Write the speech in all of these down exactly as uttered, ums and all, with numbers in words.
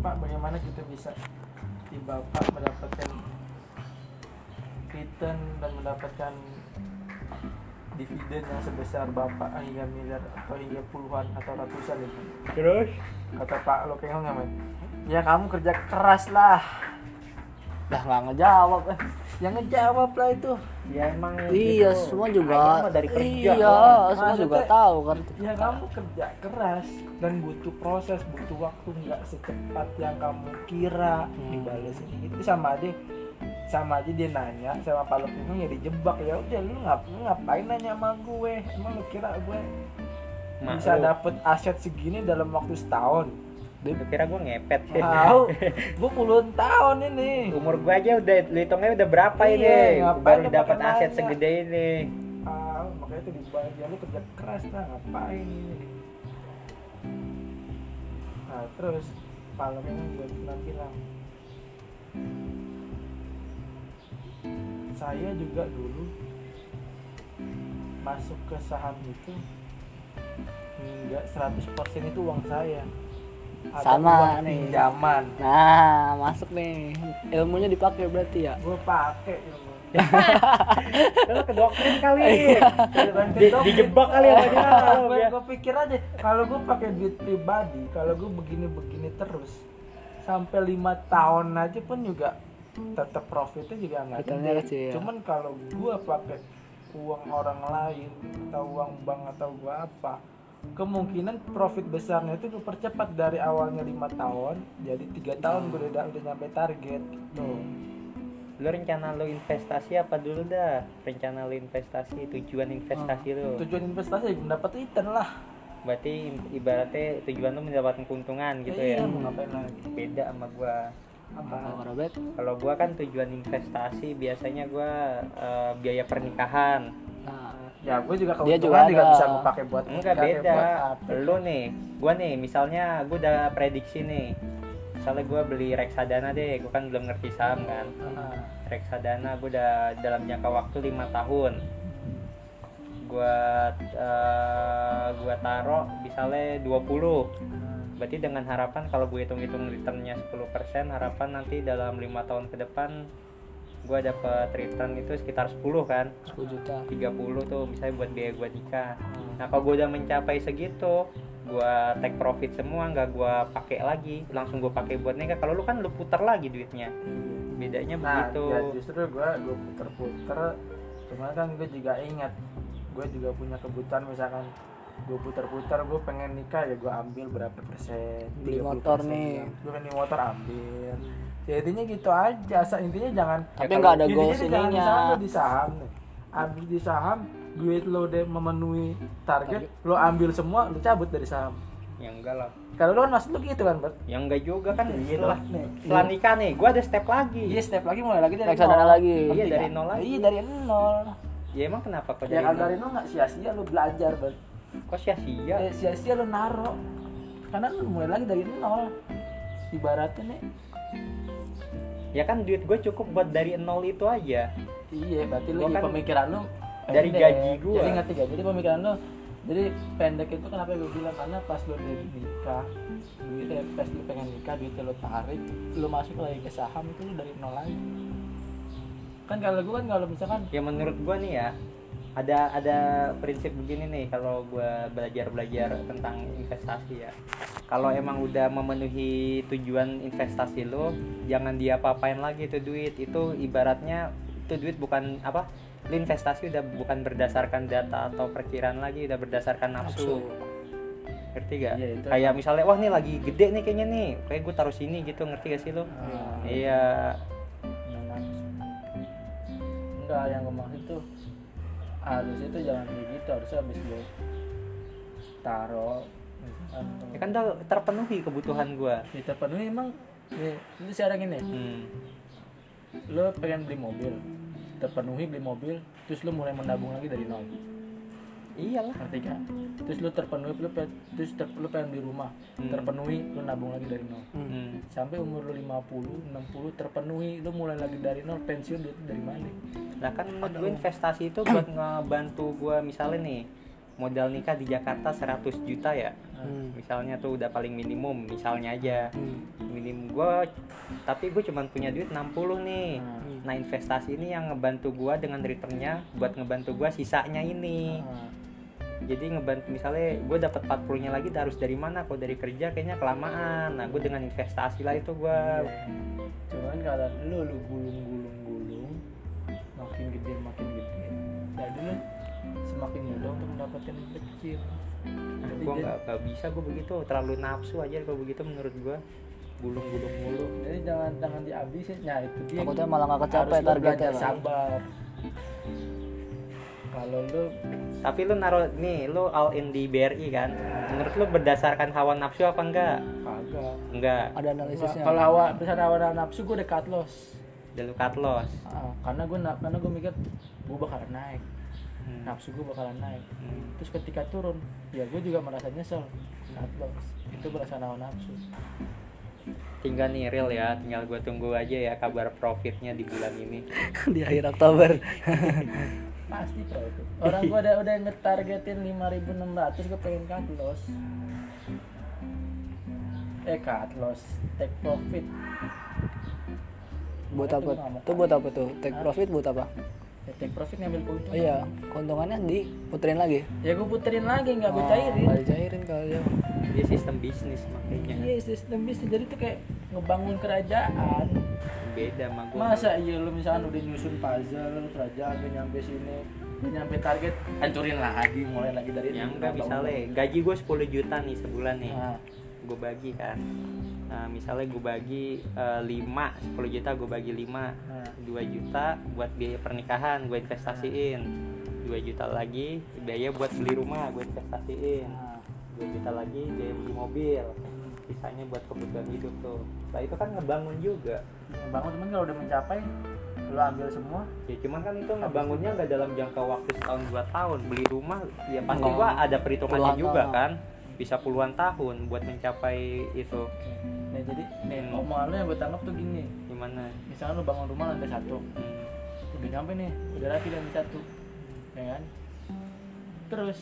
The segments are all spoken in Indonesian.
Bapak, bagaimana kita bisa di Bapak mendapatkan return dan mendapatkan dividen yang sebesar Bapak hingga miliar atau hingga puluhan atau ratusan itu. Terus Kata Pak lo kayak nggak, men? Ya kamu kerja keras lah. Dah nggak ngejawab, eh. Yang ngejawab lah itu. ya emang Iya, gitu. semua juga. Akhirnya mah dari kerja. Iya, kan. semua juga Maksudnya, tahu kan. Ya kamu kerja keras dan butuh proses, butuh waktu, nggak secepat yang kamu kira dibalas ini. Itu sama aja, sama aja dia nanya sama Pak Lukino ya dijebak. Ya udah lu ngap, lu ngapain nanya sama gue? Emang lu kira gue Mak, bisa lu- dapet aset segini dalam waktu setahun? Lu kira gue ngepet sih? Tahu, gue puluhan tahun ini. Umur gue aja udah, lu hitungnya udah berapa Iya, ini? ngapain Baru lu dapat pakai aset nanya? segede ini. Ah, makanya itu dibayar dia lu kerja keras lah, ngapain ini? Nah terus Pak Lukino juga pernah bilang, saya juga dulu masuk ke saham itu hingga seratus persen itu uang saya. Ada Sama uang nih. pinjaman. Nah, masuk nih. Ilmunya dipakai berarti ya. Gue pakai ilmu. Lu ke doktrin kali. Bukan ke Di- doktrin. dijebak kali sama dia. Gue gue pikir aja kalau gue pakai duit pribadi, kalau gue begini-begini terus sampai lima tahun aja pun juga tetap profitnya juga nggak Returnnya gede. kecil. Cuman kalau gue pakai uang orang lain atau uang bank atau gue apa, kemungkinan profit besarnya itu gue percepat dari awalnya lima tahun jadi tiga tahun gue udah udah nyampe target gitu. Lu rencana lu investasi apa dulu dah? Rencana lu investasi, tujuan investasi lu. Tujuan investasi mendapat return lah. Berarti ibaratnya tujuan lu mendapatkan keuntungan gitu Iya, ya. mau ngapain lagi? Beda sama gua. Apa? Kalau Robert, Kalau gua kan tujuan investasi biasanya gua eh, biaya pernikahan. nah, Ya gue juga Dia keuntungan juga juga ada. bisa gue pakai buat Enggak nikah, beda. buat apa. Lu nih, gua nih misalnya gua udah prediksi nih. Misalnya gua beli reksadana deh, gua kan belum ngerti saham kan. Nah, Reksadana gua udah dalam jangka waktu lima tahun. Gua eh, gua taruh misalnya dua puluh. Berarti dengan harapan kalau gue hitung-hitung returnnya sepuluh persen, harapan nanti dalam lima tahun ke depan gue dapat return itu sekitar sepuluh kan, sepuluh juta. tiga puluh tuh misalnya buat biaya gue nikah. Nah kalau gue udah mencapai segitu, gue take profit semua, nggak gue pakai lagi, langsung gue pakai buat nikah. Kalau lu kan lu putar lagi duitnya, bedanya nah begitu. ya justru gue gue puter-puter, cuma kan gue juga ingat gue juga punya kebutuhan, misalkan gue putar-putar gue pengen nikah ya gue ambil berapa persen, Beli tiga puluh motor persen, nih. gue pengen motor ambil. Ya intinya gitu aja, Sa- intinya jangan Tapi Ya, nggak ada intinya goals tuh jangan ininya. misalkan lo di saham nih, ambil di saham duit lo udah memenuhi target, lo ambil semua, lo cabut dari saham. Ya enggak lah, Kalau lo kan maksud lo gitu kan, Bert? yang enggak juga kan. Iya Setelah, nih. setelah nikah nih, gue ada step lagi. Iya, step lagi mulai lagi dari Reksadana nol. lagi. Iya, Ngerti dari nggak? nol lagi. Iya, dari nol. Ya emang kenapa kok Ya dari kalau nol? dari nol nggak sia-sia lo belajar, Bert. Kok sia-sia? Ya, sia-sia lo naro. Karena lo mulai lagi dari nol. Ibaratnya nih, Ya kan duit gue cukup buat dari nol itu aja. iya, berarti lo Gua iya, kan pemikiran lo dari pendek. gaji gua. Jadi ngerti gak? Jadi pemikiran lo jadi pendek itu kenapa gue bilang, karena pas lo udah nikah, duitnya pas lo pengen nikah, duitnya lo tarik, lo masuk lagi ke saham itu lo dari nol lagi. Kan kalau gue kan kalau misalkan Ya menurut gue nih ya, ada ada prinsip begini nih kalau gue belajar-belajar tentang investasi ya. Kalau emang udah memenuhi tujuan investasi lo, jangan diapa-apain lagi itu duit. Itu ibaratnya itu duit bukan apa? Lo investasi udah bukan berdasarkan data atau perkiraan lagi, udah berdasarkan nafsu. Ngerti gak? Iya, itu Kayak misalnya, wah nih lagi gede nih kayaknya nih, kayak gue taruh sini gitu, ngerti gak sih lo? Ah. Iya. enggak, yang gue maksud tuh harusnya tuh jangan begitu, harusnya habis lo taruh misalkan Ya kan udah terpenuhi kebutuhan gue. ya terpenuhi emang ya, ini sekarang gini, Hmm. lo pengen beli mobil, terpenuhi beli mobil, terus lo mulai menabung lagi dari nol, Iyalah. ngerti kan? Terus lo terpenuhi, lo pengen, terus ter, lo pengen beli rumah, Hmm. terpenuhi, lo nabung lagi dari nol, Hmm. sampai umur lo lima puluh, enam puluh terpenuhi, lo mulai lagi dari nol, pensiun duit dari mana? Nah kan menurut gue investasi itu buat ngebantu gue misalnya nih, modal nikah di Jakarta seratus juta ya. Hmm. Misalnya tuh udah paling minimum, misalnya aja. Hmm. Minimum gue, tapi gue cuma punya duit enam puluh nih. Hmm. Nah investasi ini yang ngebantu gue dengan returnnya buat ngebantu gue sisanya ini. Nah, Jadi ngebantu, misalnya gue dapat empat puluh nya lagi harus dari mana? Kalau dari kerja kayaknya kelamaan. Nah gue dengan investasi lah itu gue. cuman kalau lu lu gulung gulung gulung makin gede makin gede, jadi lu semakin mudah untuk mendapatkan yang kecil. Nah, Jadi gue jadi- nggak nggak bisa gue begitu, terlalu nafsu aja kalau begitu menurut gue. Gulung-gulung mulu. Jadi jangan jangan dihabisin. Nah itu dia. Takutnya malah nggak kecapai Harus lu targetnya, belajar Bang. sabar. Kalau lu Tapi lu naruh nih, lu all in di B R I kan? Menurut lu berdasarkan hawa nafsu apa enggak? kagak. Enggak. Ada analisisnya. Kalau hawa besar hawa nafsu gue udah cut loss. Udah lu cut loss. Ah, karena gue karena gue mikir gue bakalan naik, Hmm. nafsu gue bakalan naik. Hmm. Terus ketika turun, ya gue juga merasa nyesel, cut loss. Itu berasa hawa nafsu. Tinggal nih real ya, tinggal gue tunggu aja ya kabar profitnya di bulan ini. Di akhir Oktober. Pasti pro itu. Orang gue udah udah ngetargetin lima ribu enam ratus, gue pengen cut loss. Eh cut loss, take profit. Buat Itu apa? nggak mau Tuh buat apa tuh? Take profit buat apa? Ya, take profit ngambil keuntungan. Oh iya, keuntungannya diputerin lagi. Ya gue puterin lagi, nggak gue Oh, cairin. nggak dicairin kalau dia. Dia sistem bisnis makanya. Iya sistem bisnis, jadi tuh kayak ngebangun kerajaan. Beda sama gue. Masa iya lu misalkan udah nyusun puzzle, kerajaan udah nyampe sini, udah nyampe target, hancurin lagi, mulai lagi dari Yang nol, enggak bangun. misalnya gaji gue sepuluh juta nih sebulan nih. Nah, Gue bagi kan. Nah, misalnya gue bagi uh, lima, sepuluh juta gue bagi lima. nah, dua juta buat biaya pernikahan gue investasiin. dua juta lagi biaya buat beli rumah gue investasiin. nah. dua juta lagi biaya beli mobil. Sisanya buat kebutuhan hidup tuh. Nah, itu kan ngebangun juga. Bangun teman kalau udah mencapai, lu ambil semua. Ya cuman kan itu ngebangunnya nggak dalam jangka waktu setahun dua tahun. Beli rumah ya pasti Nggak. gua ada perhitungannya Puluhan juga tahun. kan. Bisa puluhan tahun buat mencapai itu. Nah jadi, nih Hmm. omongan lu yang gue tangkap tuh gini. Gimana? Misalkan lu bangun rumah lantai satu, Hmm. udah nyampe nih, udah rapi lantai satu, ya kan? Terus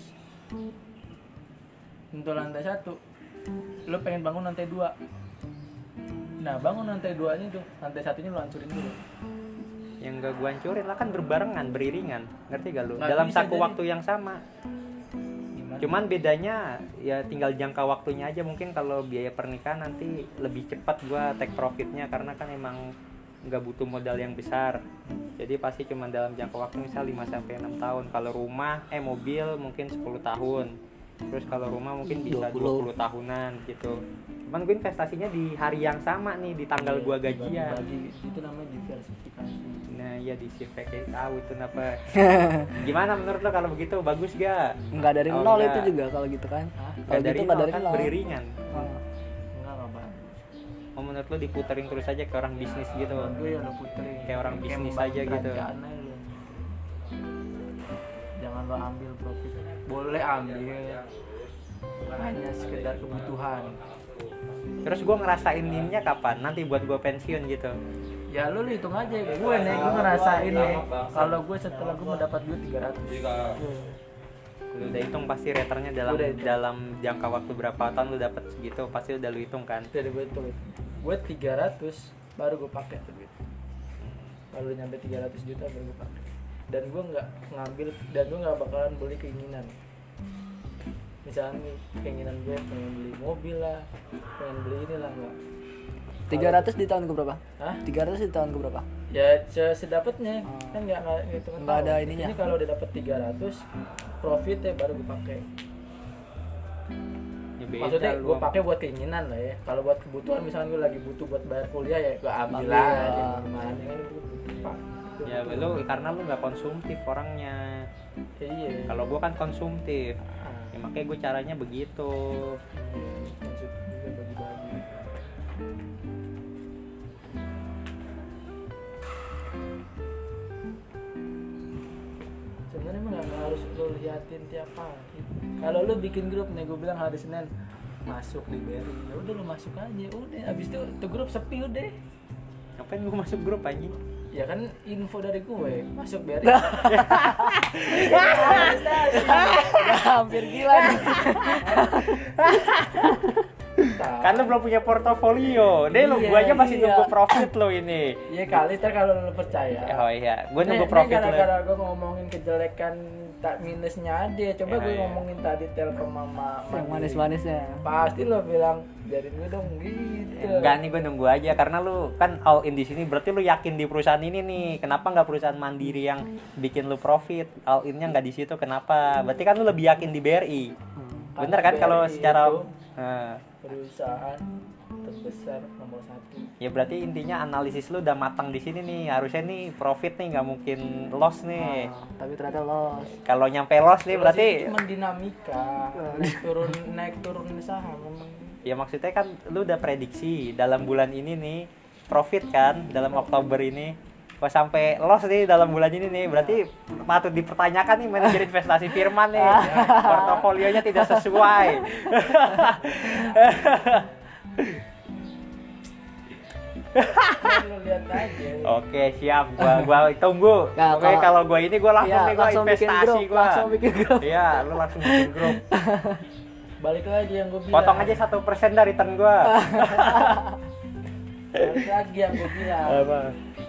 untuk lantai satu, lu pengen bangun lantai dua. Nah bangun lantai duanya tuh, lantai satunya lu hancurin dulu. Yang gak gua hancurin lah kan berbarengan, beriringan. Ngerti gak lu? Nggak Dalam bisa satu jadi. waktu yang sama. Gimana? Cuman bedanya ya tinggal jangka waktunya aja. Mungkin kalau biaya pernikahan nanti lebih cepat gua take profitnya karena kan emang nggak butuh modal yang besar. Jadi pasti cuma dalam jangka waktu misal lima sampai enam tahun. Kalau rumah eh mobil mungkin sepuluh tahun. Terus kalau rumah mungkin bisa dua puluh. dua puluh tahunan gitu. Cuman gue investasinya di hari yang sama nih, di tanggal gua gajian. Bagi, itu namanya diversifikasi. Nah iya di Sivek tahu itu kenapa. Gimana menurut lo kalau begitu, bagus gak? Enggak dari Oh, nol enggak. itu juga kalau gitu kan. Hah? Kalau Gak gitu dari enggak nol dari kan nol. beriringan. Ah. Enggak, enggak bagus. Oh menurut lo diputerin terus aja kayak orang bisnis gitu. Menurut gue ya lo puterin. Kayak orang bisnis membangun aja gitu. kerajaan aja lo. Jangan lo ambil profit. Boleh ambil, hanya sekedar kebutuhan. Terus gue ngerasain ninnya kapan? Nanti buat gue pensiun gitu. Ya lu hitung aja, gue nih gue ngerasain nih kalau gue setelah gue mendapat duit tiga ratus. Lu udah hitung pasti returnnya dalam Udah hitung. dalam jangka waktu berapa tahun lu dapat segitu, pasti udah lu hitung kan. Jadi gue hitung gue tiga ratus baru gue pakai tuh duit. Kalau nyampe tiga ratus juta baru gue pakai. Dan gue nggak ngambil, dan gue nggak bakalan beli keinginan. Misalnya nih, keinginan gue pengen beli mobil lah, pengen beli inilah enggak. tiga ratus di tahun keberapa? Hah? tiga ratus di tahun keberapa? Ya se- sedapatnya Oh. kan nggak nggak ngitung Nggak tahun. ada ininya. Ini kalau udah dapat tiga ratus profit ya baru gue pakai. Ya beda Maksudnya lu. gue pakai buat keinginan lah ya. Kalau buat kebutuhan misalnya gue lagi butuh buat bayar kuliah ya gue ambil Ambil. lah aja gimana kan gue butuh pak. Ya lu karena lu nggak konsumtif orangnya. Ya, iya. Kalau gue kan konsumtif. Ah, Ya makanya gue caranya begitu. maksud juga bagi-bagi. Sebenarnya emang nggak harus lo liatin tiap hari. Kalau lo bikin grup nih, gue bilang hari Senin masuk di B R I, ya udah lo masuk aja, udah. Abis itu tuh grup sepi udah. Ngapain gue masuk grup anjing? Ya kan info dari gue masuk B R I. Udah hampir gila nih. Kan lu belum punya portofolio. Deh lu Iya, gua aja masih iya. nunggu profit lo ini. Iya kali ntar kalau lu percaya. Oh iya, gua nunggu Nih, profit nih lo. gara-gara gue ngomongin kejelekan tak minusnya ada. Coba Iya, gue iya. ngomongin tadi Telkom sama Yang Mandiri. manis-manisnya. Pasti lo bilang biarin gue dong gitu. Enggak nih, gue nunggu aja karena lu kan all in di sini, berarti lu yakin di perusahaan ini nih. Kenapa nggak perusahaan mandiri yang bikin lu profit? All innya nggak di situ, kenapa? Berarti kan lu lebih yakin di B R I. Hmm. Bener kan Karena kalau B R I secara itu Nah, perusahaan terbesar nomor satu. ya berarti intinya analisis lu udah matang di sini nih. Harusnya nih profit nih, nggak mungkin loss nih. Nah, tapi ternyata loss. Kalau nyampe loss nih berarti Terus itu cuma dinamika, naik turun naik turun saham memang. ya maksudnya kan lu udah prediksi dalam bulan ini nih profit kan dalam Oktober ini. Kok sampai loss nih dalam bulan ini nih, berarti patut dipertanyakan nih manajer investasi Firman nih. Portofolionya tidak sesuai. Lo lihat aja. Oke, siap. Gua gua tunggu. Nah, Oke, kalau- kalau gua ini gua langsung Iya, nih gua langsung bikin investasi grup, gua. langsung bikin grup. Iya, lu langsung bikin grup. Balik lagi yang gue bilang. Potong aja satu persen dari return gua. Balik lagi yang gue bilang. Apa?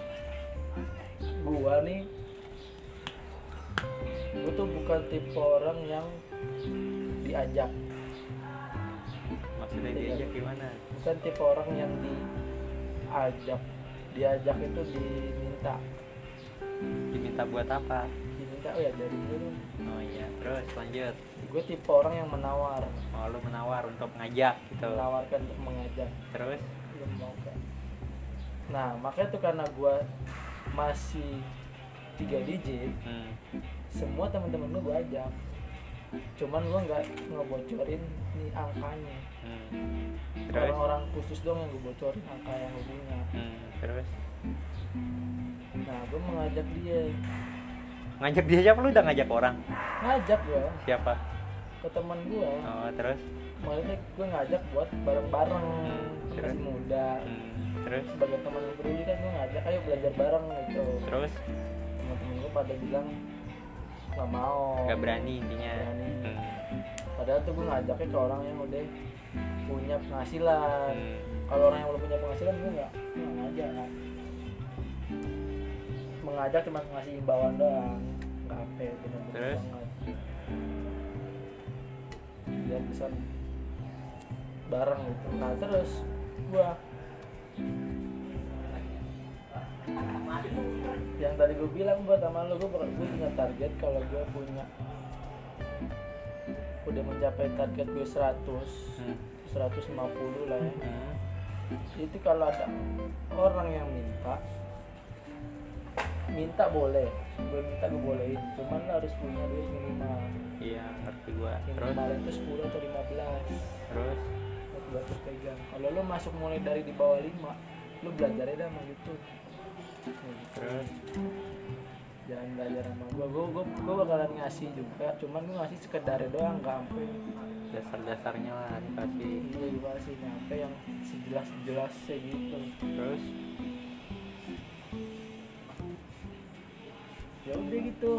Gua nih, gue tuh bukan tipe orang yang diajak. Maksudnya diajak gimana? Bukan tipe orang yang diajak. Diajak itu diminta. Diminta buat apa? Diminta oh ya dari dulu. Oh iya, terus lanjut. Gue tipe orang yang menawar, Oh, lu menawar untuk ngajak gitu. menawarkan untuk mengajak. Terus Belum mau kan. Nah makanya tuh karena gue masih tiga digit, hmm. semua teman-teman gue gue ajak. Cuman gue nggak ngebocorin nih angkanya. Hmm. Terus Orang-orang khusus dong yang gue bocorin angka yang gue punya. hmm. Terus Nah gue mengajak dia, ngajak dia siapa? Lu udah ngajak orang? ngajak gue Siapa? ke teman gue. Oh, terus Maksudnya gue ngajak buat bareng-bareng, Terus? masih muda. hmm. Terus Sebagai teman yang peduli kan gue ngajak, ayo belajar bareng gitu. terus Teman-teman gue pada bilang nggak mau, nggak berani intinya. berani. Hmm. Padahal tuh gue ngajaknya ke orang yang udah punya penghasilan. Hmm. Kalau orang yang belum punya penghasilan gue nggak gue nggak ngajak. Mengajak cuma ngasih imbauan doang, nggak apa benar-benar Terus? banget. Biar bisa bareng gitu. Nah terus gua yang tadi gue bilang buat sama lo, gue gue punya target. Kalau gue punya udah mencapai target gue seratus, Hmm. seratus lima puluh lah ya. Hmm. Itu kalau ada orang yang minta minta boleh, gue minta gue bolehin, cuman lo harus punya duit minimal. Iya, ngerti gua. Terus Minimal itu sepuluh atau lima belas terus buat buat lo pegang. Kalau lo masuk mulai dari di bawah lima, lo belajar aja sama YouTube. Nah, gitu. terus Jangan belajar sama gue, gue gue gue bakalan ngasih juga, cuman gue ngasih sekedar doang, nggak sampai dasar-dasarnya lah dikasih. iya gue kasih nyampe yang sejelas jelasnya gitu. Terus Ya udah gitu.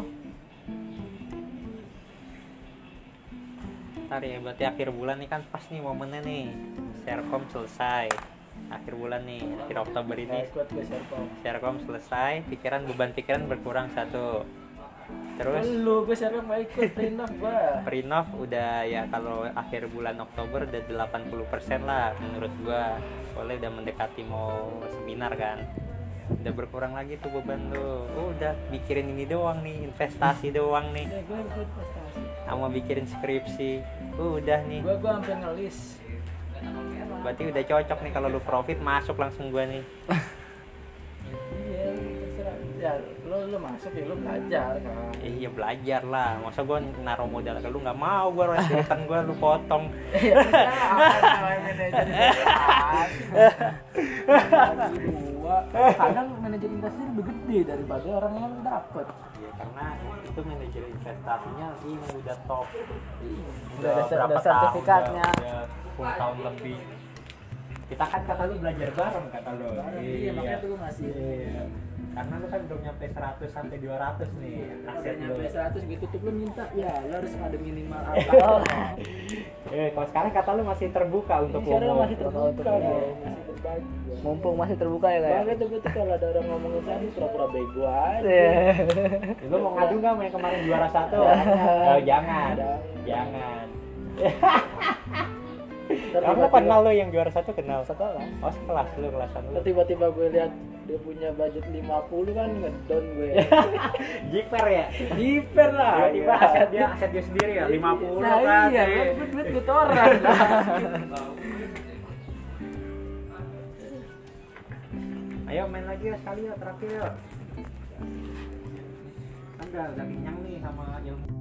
ntar ya, berarti akhir bulan nih kan pas nih momennya nih. Sharecom selesai. Akhir bulan nih, akhir Oktober Nggak ini ikut gue Sharecom. Sharecom selesai, pikiran beban pikiran berkurang satu. Terus Lu gue Sharecom nggak ikut, Rinov gue. Perinov udah ya, kalau akhir bulan Oktober udah delapan puluh persen lah menurut gua. Soalnya udah mendekati mau seminar kan. Udah berkurang lagi tuh beban lu. Oh, udah mikirin ini doang nih, investasi doang nih. Ya gue ikut investasi. Sama mikirin skripsi. Uh, udah nih. Gue gue hampir ngelis. Berarti udah cocok nih kalau lu profit masuk langsung gua nih. Iya, terserah. Ya lo lo masuk ya lo belajar kan. Eh, iya belajar lah. Masa gua naruh modal ke lu nggak mau, gua return gua lu potong. Ya kan manajer investasi. Gua kadang manajer investasi lebih gede daripada orang yang dapet. Ya karena itu manajer investasinya ini udah top. Udah ada- berapa ada tahun, sertifikatnya. udah, udah sepuluh tahun lebih. Kita kan kata lu belajar bareng kata lu. Bareng, iya, makanya tuh gue ngasih. Iya. Karena lu kan belum nyampe seratus sampai dua ratus nih Udah aset lu. nyampe seratus gitu tuh lu minta, ya lu harus ada minimal apa. Oh, Eh, kalau sekarang kata lu masih terbuka untuk Sekarang ngomong. masih terbuka dong, masih berbagi. mumpung masih terbuka ya kayak. Makanya tuh gue tuh kalau ada orang ngomongin tadi pura-pura bego aja. Iya. Lu mau ngadu nggak sama yang kemarin juara satu? Oh, jangan, Ada. jangan. Ntar Kamu tiba-tiba- kenal lo yang juara satu kenal? sekolah. Oh sekelas lu, kelasan lu. Ntar tiba-tiba gue lihat dia punya budget lima puluh kan ngedon gue. Jiper ya? Jiper lah. Tiba-tiba aset dia aset dia sendiri ya lima puluh Nah kan. iya, eh. kan duit duit orang. Ayo main lagi ya sekali ya terakhir ya. Kan udah udah kenyang nih sama ilmu.